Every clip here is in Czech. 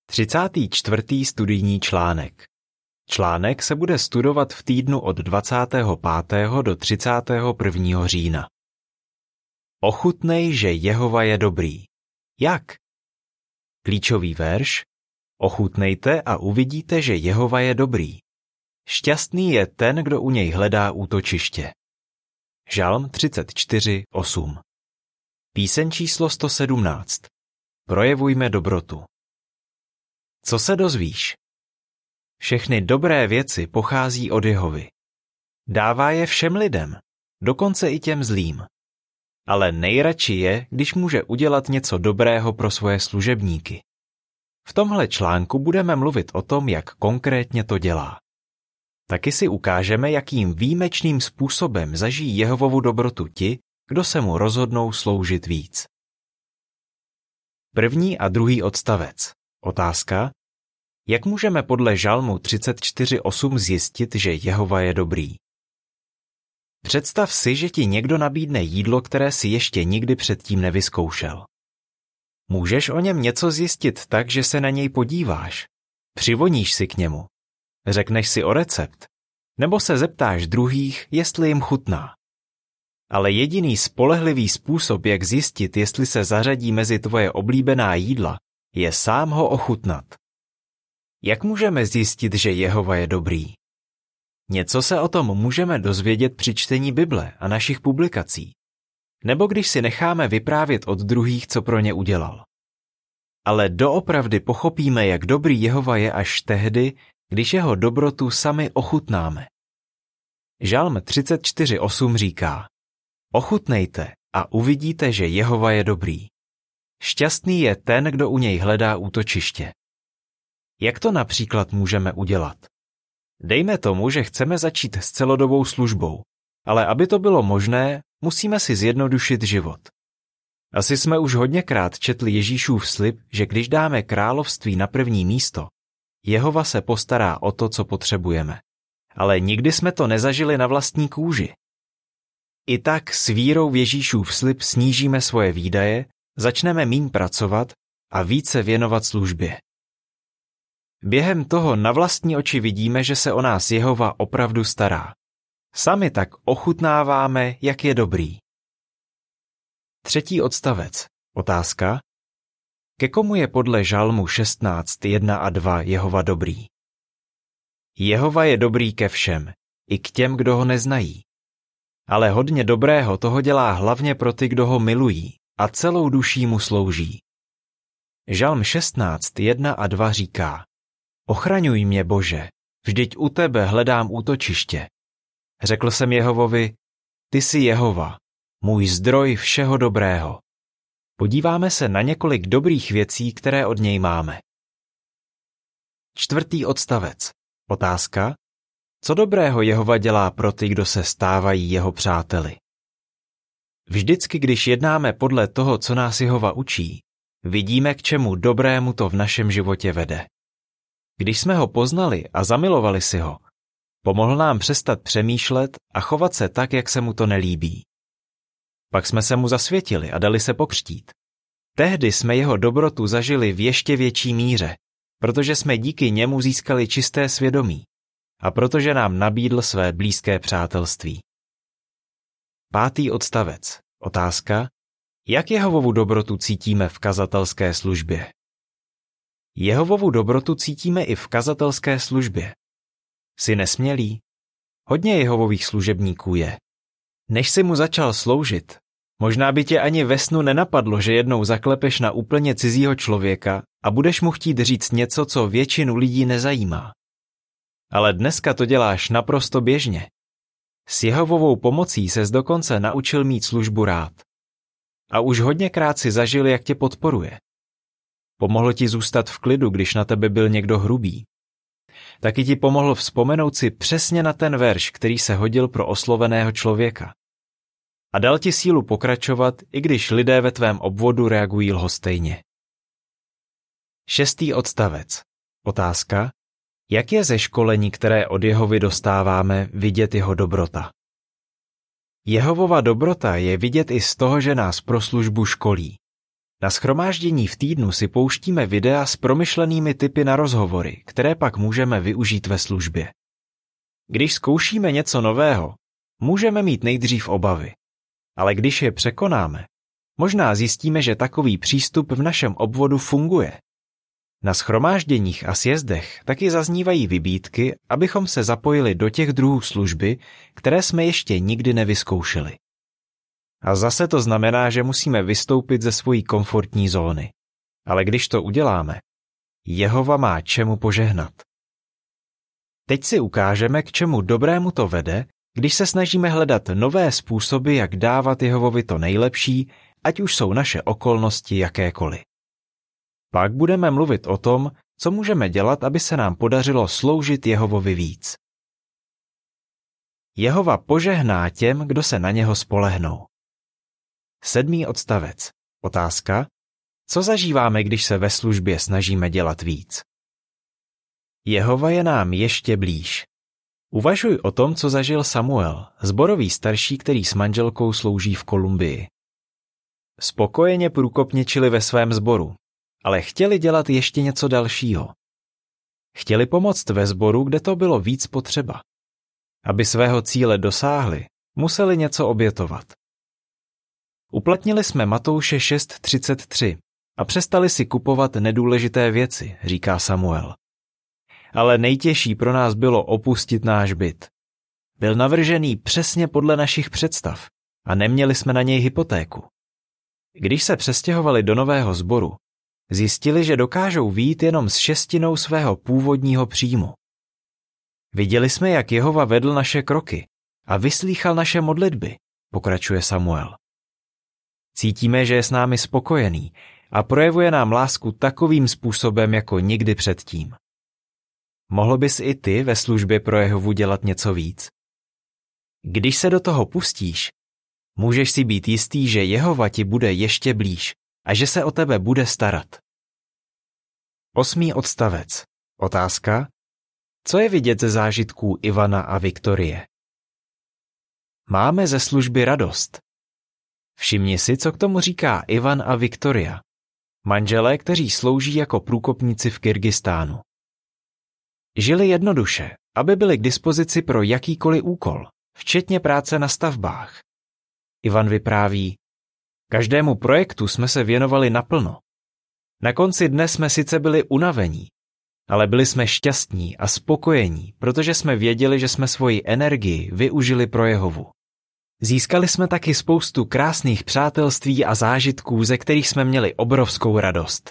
34. studijní článek. Článek se bude studovat v týdnu od 25. do 31. října. Ochutnej, že Jehova je dobrý. Jak? Klíčový verš. Ochutnejte a uvidíte, že Jehova je dobrý. Šťastný je ten, kdo u něj hledá útočiště. Žalm 34:8. Píseň číslo 117. Projevujme dobrotu. Co se dozvíš? Všechny dobré věci pochází od Jehovy. Dává je všem lidem, dokonce i těm zlým. Ale nejradši je, když může udělat něco dobrého pro svoje služebníky. V tomhle článku budeme mluvit o tom, jak konkrétně to dělá. Taky si ukážeme, jakým výjimečným způsobem zažijí Jehovovu dobrotu ti, kdo se mu rozhodnou sloužit víc. První a druhý odstavec. Otázka. Jak můžeme podle Žalmu 34:8 zjistit, že Jehova je dobrý? Představ si, že ti někdo nabídne jídlo, které si ještě nikdy předtím nevyzkoušel. Můžeš o něm něco zjistit tak, že se na něj podíváš. Přivoníš si k němu. Řekneš si o recept. Nebo se zeptáš druhých, jestli jim chutná. Ale jediný spolehlivý způsob, jak zjistit, jestli se zařadí mezi tvoje oblíbená jídla, je sám ho ochutnat. Jak můžeme zjistit, že Jehova je dobrý? Něco se o tom můžeme dozvědět při čtení Bible a našich publikací. Nebo když si necháme vyprávět od druhých, co pro ně udělal. Ale doopravdy pochopíme, jak dobrý Jehova je až tehdy, když jeho dobrotu sami ochutnáme. Žalm 34:8 říká: Ochutnejte a uvidíte, že Jehova je dobrý. Šťastný je ten, kdo u něj hledá útočiště. Jak to například můžeme udělat? Dejme tomu, že chceme začít s celodobou službou, ale aby to bylo možné, musíme si zjednodušit život. Asi jsme už hodněkrát četli Ježíšův slib, že když dáme království na první místo, Jehova se postará o to, co potřebujeme. Ale nikdy jsme to nezažili na vlastní kůži. I tak s vírou v Ježíšův slib snížíme svoje výdaje, začneme míň pracovat a více věnovat službě. Během toho na vlastní oči vidíme, že se o nás Jehova opravdu stará. Sami tak ochutnáváme, jak je dobrý. Třetí odstavec. Otázka. Ke komu je podle Žalmu 16:1 a 2 Jehova dobrý? Jehova je dobrý ke všem, i k těm, kdo ho neznají. Ale hodně dobrého toho dělá hlavně pro ty, kdo ho milují a celou duší mu slouží. Žalm 16:1 a 2 říká: Ochraňuj mě, Bože, vždyť u tebe hledám útočiště. Řekl jsem Jehovovi: Ty jsi Jehova, můj zdroj všeho dobrého. Podíváme se na několik dobrých věcí, které od něj máme. Čtvrtý odstavec. Otázka. Co dobrého Jehova dělá pro ty, kdo se stávají jeho přáteli? Vždycky, když jednáme podle toho, co nás Jehova učí, vidíme, k čemu dobrému to v našem životě vede. Když jsme ho poznali a zamilovali si ho, pomohl nám přestat přemýšlet a chovat se tak, jak se mu to nelíbí. Pak jsme se mu zasvětili a dali se pokřtít. Tehdy jsme jeho dobrotu zažili v ještě větší míře, protože jsme díky němu získali čisté svědomí a protože nám nabídl své blízké přátelství. Pátý odstavec. Otázka. Jak Jehovovu dobrotu cítíme v kazatelské službě? Jehovovu dobrotu cítíme i v kazatelské službě. Jsi nesmělý? Hodně Jehovových služebníků je. Než jsi mu začal sloužit, možná by tě ani ve snu nenapadlo, že jednou zaklepeš na úplně cizího člověka a budeš mu chtít říct něco, co většinu lidí nezajímá. Ale dneska to děláš naprosto běžně. S Jehovovou pomocí ses dokonce naučil mít službu rád. A už hodněkrát si zažil, jak tě podporuje. Pomohl ti zůstat v klidu, když na tebe byl někdo hrubý. Taky ti pomohl vzpomenout si přesně na ten verš, který se hodil pro osloveného člověka. A dal ti sílu pokračovat, i když lidé ve tvém obvodu reagují lhostejně. Šestý odstavec. Otázka. Jak je ze školení, které od Jehovy dostáváme, vidět jeho dobrota? Jehovova dobrota je vidět i z toho, že nás pro službu školí. Na shromáždění v týdnu si pouštíme videa s promyšlenými tipy na rozhovory, které pak můžeme využít ve službě. Když zkoušíme něco nového, můžeme mít nejdřív obavy. Ale když je překonáme, možná zjistíme, že takový přístup v našem obvodu funguje. Na shromážděních a sjezdech taky zaznívají vybídky, abychom se zapojili do těch druhů služby, které jsme ještě nikdy nevyzkoušeli. A zase to znamená, že musíme vystoupit ze svojí komfortní zóny. Ale když to uděláme, Jehova má čemu požehnat. Teď si ukážeme, k čemu dobrému to vede, když se snažíme hledat nové způsoby, jak dávat Jehovovi to nejlepší, ať už jsou naše okolnosti jakékoliv. Pak budeme mluvit o tom, co můžeme dělat, aby se nám podařilo sloužit Jehovovi víc. Jehova požehná těm, kdo se na něho spolehnou. 7. odstavec. Otázka. Co zažíváme, když se ve službě snažíme dělat víc? Jehova je nám ještě blíž. Uvažuj o tom, co zažil Samuel, sborový starší, který s manželkou slouží v Kolumbii. Spokojeně průkopničili ve svém sboru, ale chtěli dělat ještě něco dalšího. Chtěli pomoct ve sboru, kde to bylo víc potřeba. Aby svého cíle dosáhli, museli něco obětovat. Uplatnili jsme Matouše 6:33 a přestali si kupovat nedůležité věci, říká Samuel. Ale nejtěžší pro nás bylo opustit náš byt. Byl navržený přesně podle našich představ a neměli jsme na něj hypotéku. Když se přestěhovali do nového sboru, zjistili, že dokážou vyjít jenom s 1/6 svého původního příjmu. Viděli jsme, jak Jehova vedl naše kroky a vyslýchal naše modlitby, pokračuje Samuel. Cítíme, že je s námi spokojený a projevuje nám lásku takovým způsobem jako nikdy předtím. Mohl bys i ty ve službě pro Jehovu dělat něco víc? Když se do toho pustíš, můžeš si být jistý, že Jehova ti bude ještě blíž a že se o tebe bude starat. 8. odstavec. Otázka. Co je vidět ze zážitků Ivana a Viktorie? Máme ze služby radost. Všimni si, co k tomu říká Ivan a Viktoria, manželé, kteří slouží jako průkopníci v Kyrgyzstánu. Žili jednoduše, aby byli k dispozici pro jakýkoliv úkol, včetně práce na stavbách. Ivan vypráví, každému projektu jsme se věnovali naplno. Na konci dne jsme sice byli unavení, ale byli jsme šťastní a spokojení, protože jsme věděli, že jsme svoji energii využili pro Jehovu. Získali jsme taky spoustu krásných přátelství a zážitků, ze kterých jsme měli obrovskou radost.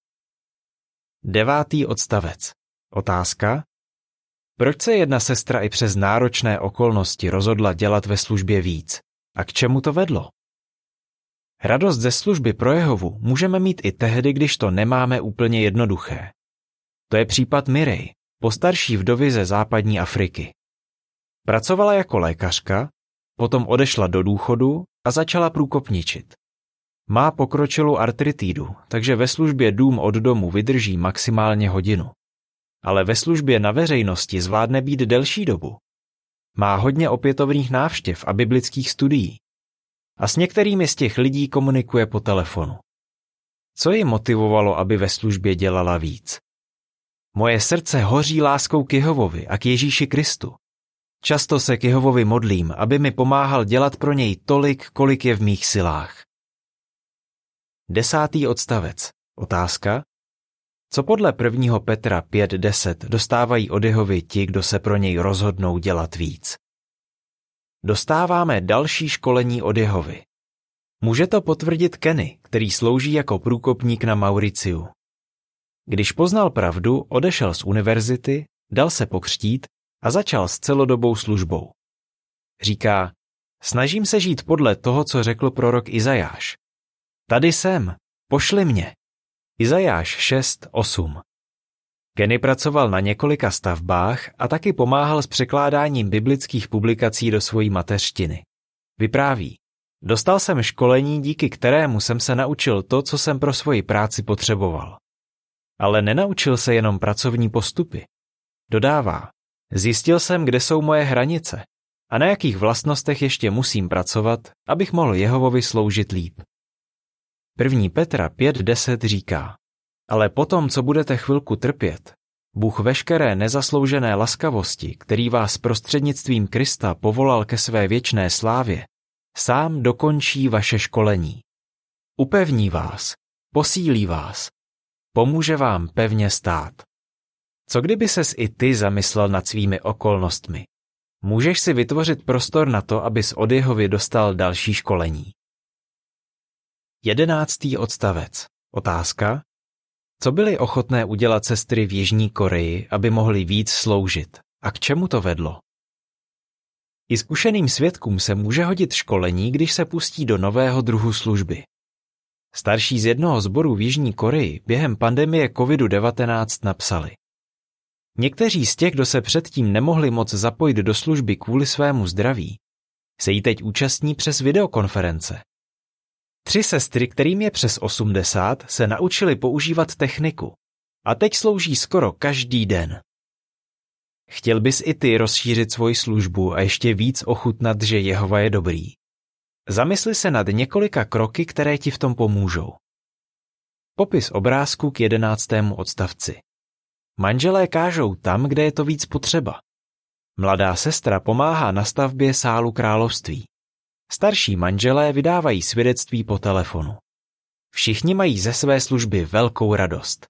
9. odstavec. Otázka. Proč se jedna sestra i přes náročné okolnosti rozhodla dělat ve službě víc? A k čemu to vedlo? Radost ze služby pro Jehovu můžeme mít i tehdy, když to nemáme úplně jednoduché. To je případ Mirej, postarší vdovy ze západní Afriky. Pracovala jako lékařka, potom odešla do důchodu a začala průkopničit. Má pokročilou artritidu, takže ve službě dům od domu vydrží maximálně hodinu. Ale ve službě na veřejnosti zvládne být delší dobu. Má hodně opětovných návštěv a biblických studií. A s některými z těch lidí komunikuje po telefonu. Co ji motivovalo, aby ve službě dělala víc? Moje srdce hoří láskou k Jehovovi a k Ježíši Kristu. Často se k Jehovovi modlím, aby mi pomáhal dělat pro něj tolik, kolik je v mých silách. 10. odstavec. Otázka. Co podle 1. Petra 5:10 dostávají od Jehovy ti, kdo se pro něj rozhodnou dělat víc? Dostáváme další školení od Jehovy. Může to potvrdit Kenny, který slouží jako průkopník na Mauriciu. Když poznal pravdu, odešel z univerzity, dal se pokřtít a začal s celodobou službou. Říká, snažím se žít podle toho, co řekl prorok Izajáš. Tady jsem, pošli mě. Izajáš 6:8. Kenny pracoval na několika stavbách a taky pomáhal s překládáním biblických publikací do svojí mateřštiny. Vypráví, dostal jsem školení, díky kterému jsem se naučil to, co jsem pro svoji práci potřeboval. Ale nenaučil se jenom pracovní postupy. Dodává, zjistil jsem, kde jsou moje hranice a na jakých vlastnostech ještě musím pracovat, abych mohl Jehovovi sloužit líp. 1. Petra 5.10 říká: Ale potom, co budete chvilku trpět, Bůh veškeré nezasloužené laskavosti, který vás prostřednictvím Krista povolal ke své věčné slávě, sám dokončí vaše školení. Upevní vás, posílí vás, pomůže vám pevně stát. Co kdyby ses i ty zamyslel nad svými okolnostmi? Můžeš si vytvořit prostor na to, abys od Jehovy dostal další školení. 11. odstavec. Otázka: Co byly ochotné udělat sestry v Jižní Koreji, aby mohly víc sloužit? A k čemu to vedlo? I zkušeným svědkům se může hodit školení, když se pustí do nového druhu služby. Starší z jednoho sboru v Jižní Koreji během pandemie COVID-19 napsali: Někteří z těch, kdo se předtím nemohli moc zapojit do služby kvůli svému zdraví, se jí teď účastní přes videokonference. 3 sestry, kterým je přes 80, se naučili používat techniku a teď slouží skoro každý den. Chtěl bys i ty rozšířit svoji službu a ještě víc ochutnat, že Jehova je dobrý? Zamysli se nad několika kroky, které ti v tom pomůžou. Popis obrázku k 11. odstavci. Manželé kážou tam, kde je to víc potřeba. Mladá sestra pomáhá na stavbě sálu království. Starší manželé vydávají svědectví po telefonu. Všichni mají ze své služby velkou radost.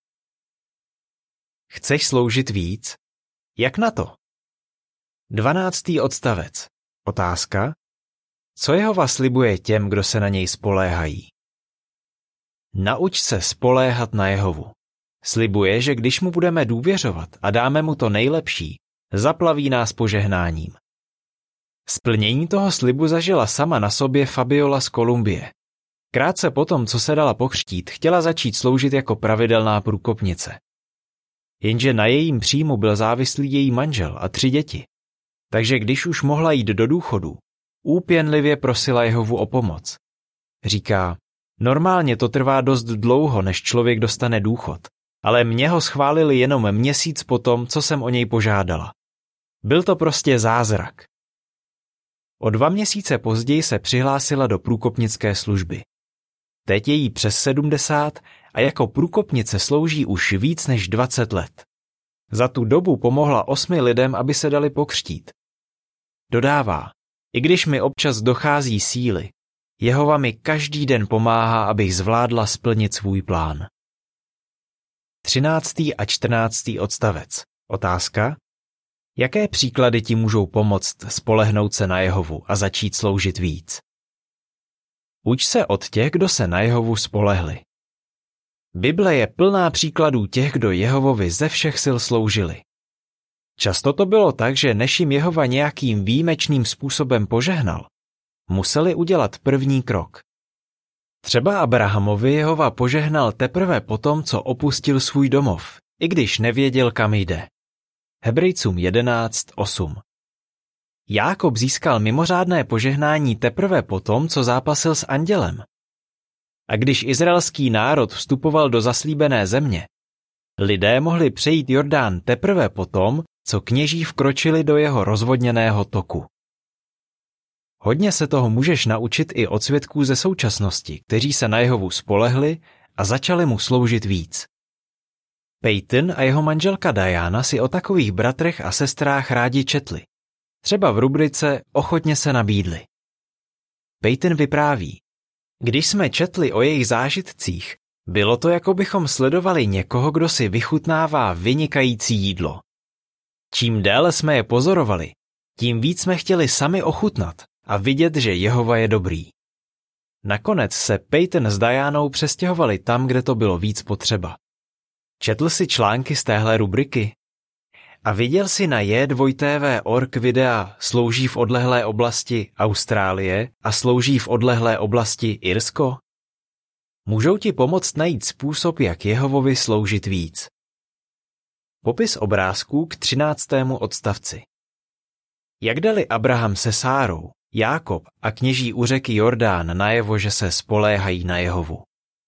Chceš sloužit víc? Jak na to? 12. odstavec. Otázka: Co Jehova slibuje těm, kdo se na něj spoléhají? Nauč se spoléhat na Jehovu. Slibuje, že když mu budeme důvěřovat a dáme mu to nejlepší, zaplaví nás požehnáním. Splnění toho slibu zažila sama na sobě Fabiola z Kolumbie. Krátce potom, co se dala pokřtít, chtěla začít sloužit jako pravidelná průkopnice. Jenže na jejím příjmu byl závislý její manžel a 3 děti. Takže když už mohla jít do důchodu, úpěnlivě prosila Jehovu o pomoc. Říká: Normálně to trvá dost dlouho, než člověk dostane důchod, ale mě ho schválili jenom měsíc potom, co jsem o něj požádala. Byl to prostě zázrak. O 2 měsíce později se přihlásila do průkopnické služby. Teď je jí přes 70 a jako průkopnice slouží už víc než 20 let. Za tu dobu pomohla 8 lidem, aby se dali pokřtít. Dodává: I když mi občas dochází síly, Jehova mi každý den pomáhá, abych zvládla splnit svůj plán. 13. a 14. odstavec. Otázka: Jaké příklady ti můžou pomoct spolehnout se na Jehovu a začít sloužit víc? Uč se od těch, kdo se na Jehovu spolehli. Bible je plná příkladů těch, kdo Jehovovi ze všech sil sloužili. Často to bylo tak, že než jim Jehova nějakým výjimečným způsobem požehnal, museli udělat první krok. Třeba Abrahamovi Jehova požehnal teprve potom, co opustil svůj domov, i když nevěděl, kam jde. Hebrejcům 11.8. Jákob získal mimořádné požehnání teprve potom, co zápasil s andělem. A když izraelský národ vstupoval do zaslíbené země, lidé mohli přejít Jordán teprve potom, co kněží vkročili do jeho rozvodněného toku. Hodně se toho můžeš naučit i od svědků ze současnosti, kteří se na Jehovu spolehli a začali mu sloužit víc. Peyton a jeho manželka Diana si o takových bratrech a sestrách rádi četli. Třeba v rubrice Ochotně se nabídli. Peyton vypráví: Když jsme četli o jejich zážitcích, bylo to, jako bychom sledovali někoho, kdo si vychutnává vynikající jídlo. Čím déle jsme je pozorovali, tím víc jsme chtěli sami ochutnat a vidět, že Jehova je dobrý. Nakonec se Peyton s Dianou přestěhovali tam, kde to bylo víc potřeba. Četl si články z téhle rubriky? A viděl si na J2TV.org videa Slouží v odlehlé oblasti Austrálie a Slouží v odlehlé oblasti Irsko? Můžou ti pomoct najít způsob, jak Jehovovi sloužit víc. Popis obrázků k 13. odstavci. Jak dali Abraham se Sárou, Jákob a kněží u řeky Jordán najevo, že se spoléhají na Jehovu.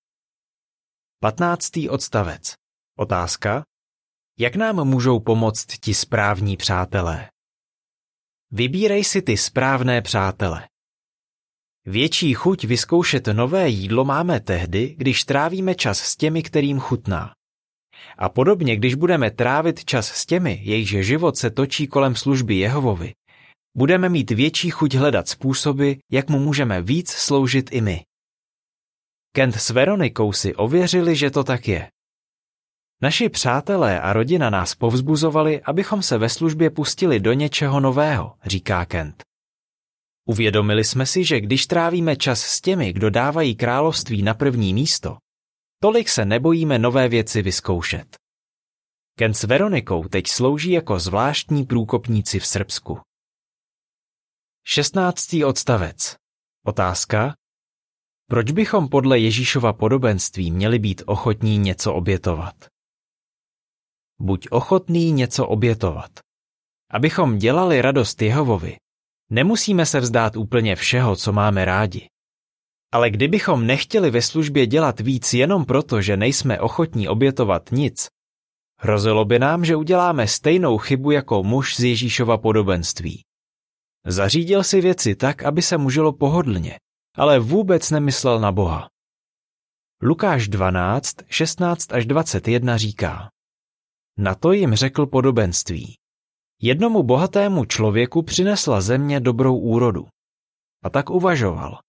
15. odstavec. Otázka: Jak nám můžou pomoct ti správní přátelé? Vybírej si ty správné přátele. Větší chuť vyzkoušet nové jídlo máme tehdy, když trávíme čas s těmi, kterým chutná. A podobně, když budeme trávit čas s těmi, jejichž život se točí kolem služby Jehovovi, budeme mít větší chuť hledat způsoby, jak mu můžeme víc sloužit i my. Kent s Veronikou si ověřili, že to tak je. Naši přátelé a rodina nás povzbuzovali, abychom se ve službě pustili do něčeho nového, říká Kent. Uvědomili jsme si, že když trávíme čas s těmi, kdo dávají království na první místo, tolik se nebojíme nové věci vyzkoušet. Kent s Veronikou teď slouží jako zvláštní průkopníci v Srbsku. 16. odstavec. Otázka. Proč bychom podle Ježíšova podobenství měli být ochotní něco obětovat? Buď ochotný něco obětovat. Abychom dělali radost Jehovovi, nemusíme se vzdát úplně všeho, co máme rádi. Ale kdybychom nechtěli ve službě dělat víc jenom proto, že nejsme ochotní obětovat nic, hrozilo by nám, že uděláme stejnou chybu jako muž z Ježíšova podobenství. Zařídil si věci tak, aby se mu žilo pohodlně, ale vůbec nemyslel na Boha. Lukáš 12, 16 až 21 říká: Na to jim řekl podobenství. Jednomu bohatému člověku přinesla země dobrou úrodu. A tak uvažoval.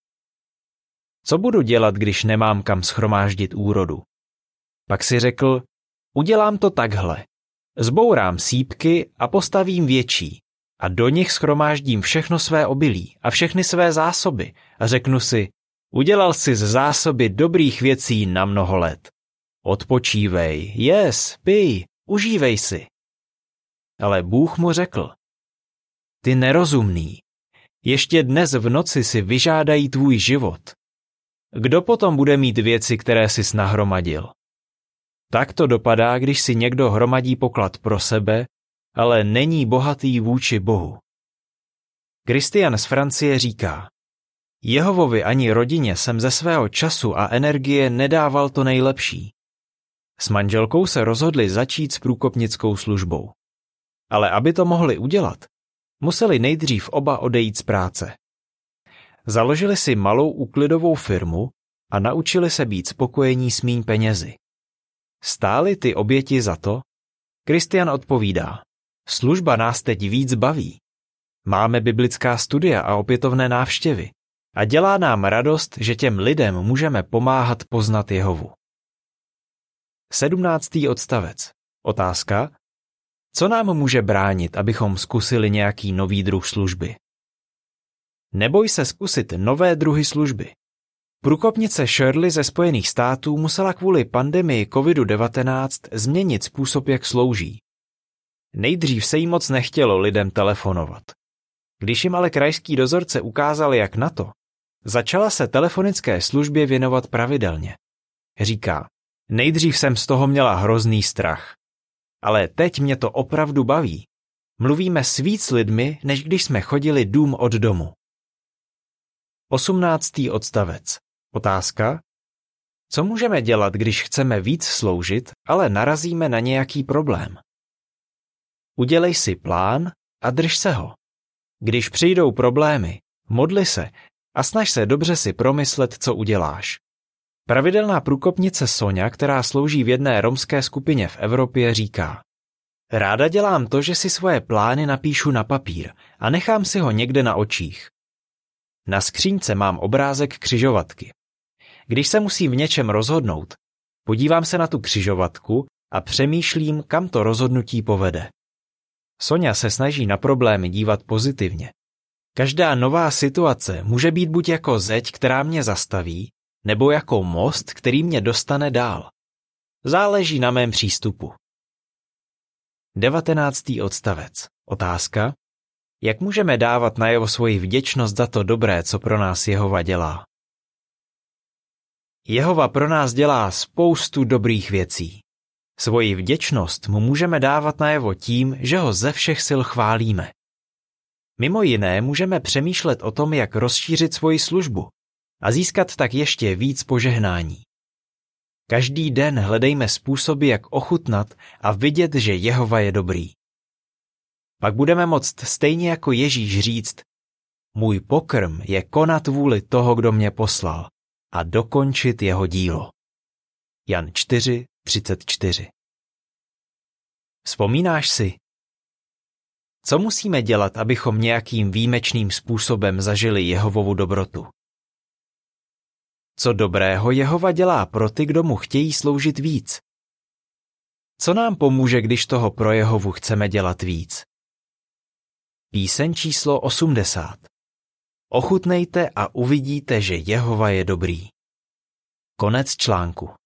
Co budu dělat, když nemám kam shromáždit úrodu? Pak si řekl, udělám to takhle. Zbourám sýpky a postavím větší a do nich shromáždím všechno své obilí a všechny své zásoby a řeknu si, udělal jsi z zásoby dobrých věcí na mnoho let. Odpočívej, pij, užívej si. Ale Bůh mu řekl, ty nerozumný, ještě dnes v noci si vyžádají tvůj život. Kdo potom bude mít věci, které jsi nahromadil? Tak to dopadá, když si někdo hromadí poklad pro sebe, ale není bohatý vůči Bohu. Kristian z Francie říká, Jehovovi ani rodině jsem ze svého času a energie nedával to nejlepší. S manželkou se rozhodli začít s průkopnickou službou. Ale aby to mohli udělat, museli nejdřív oba odejít z práce. Založili si malou úklidovou firmu a naučili se být spokojení s míň penězi. Stály ty oběti za to? Kristian odpovídá, služba nás teď víc baví. Máme biblická studia a opětovné návštěvy a dělá nám radost, že těm lidem můžeme pomáhat poznat Jehovu. 17. odstavec. Otázka. Co nám může bránit, abychom zkusili nějaký nový druh služby? Neboj se zkusit nové druhy služby. Průkopnice Shirley ze Spojených států musela kvůli pandemii COVID-19 změnit způsob, jak slouží. Nejdřív se jí moc nechtělo lidem telefonovat. Když jim ale krajský dozorce ukázal, jak na to, začala se telefonické službě věnovat pravidelně. Říká, nejdřív jsem z toho měla hrozný strach. Ale teď mě to opravdu baví. Mluvíme s víc lidmi, než když jsme chodili dům od domu. 18. odstavec. Otázka. Co můžeme dělat, když chceme víc sloužit, ale narazíme na nějaký problém? Udělej si plán a drž se ho. Když přijdou problémy, modli se a snaž se dobře si promyslet, co uděláš. Pravidelná průkopnice Soňa, která slouží v jedné romské skupině v Evropě, říká: Ráda dělám to, že si svoje plány napíšu na papír a nechám si ho někde na očích. Na skříňce mám obrázek křižovatky. Když se musím v něčem rozhodnout, podívám se na tu křižovatku a přemýšlím, kam to rozhodnutí povede. Soňa se snaží na problémy dívat pozitivně. Každá nová situace může být buď jako zeď, která mě zastaví, nebo jako most, který mě dostane dál. Záleží na mém přístupu. 19. odstavec. Otázka. Jak můžeme dávat najevo svoji vděčnost za to dobré, co pro nás Jehova dělá? Jehova pro nás dělá spoustu dobrých věcí. Svoji vděčnost mu můžeme dávat najevo tím, že ho ze všech sil chválíme. Mimo jiné můžeme přemýšlet o tom, jak rozšířit svoji službu a získat tak ještě víc požehnání. Každý den hledejme způsoby, jak ochutnat a vidět, že Jehova je dobrý. Pak budeme moct stejně jako Ježíš říct, Můj pokrm je konat vůli toho, kdo mě poslal, a dokončit jeho dílo. Jan 4:34. Vzpomínáš si? Co musíme dělat, abychom nějakým výjimečným způsobem zažili Jehovovu dobrotu? Co dobrého Jehova dělá pro ty, kdo mu chtějí sloužit víc? Co nám pomůže, když toho pro Jehovu chceme dělat víc? Píseň číslo 80. Ochutnejte a uvidíte, že Jehova je dobrý. Konec článku.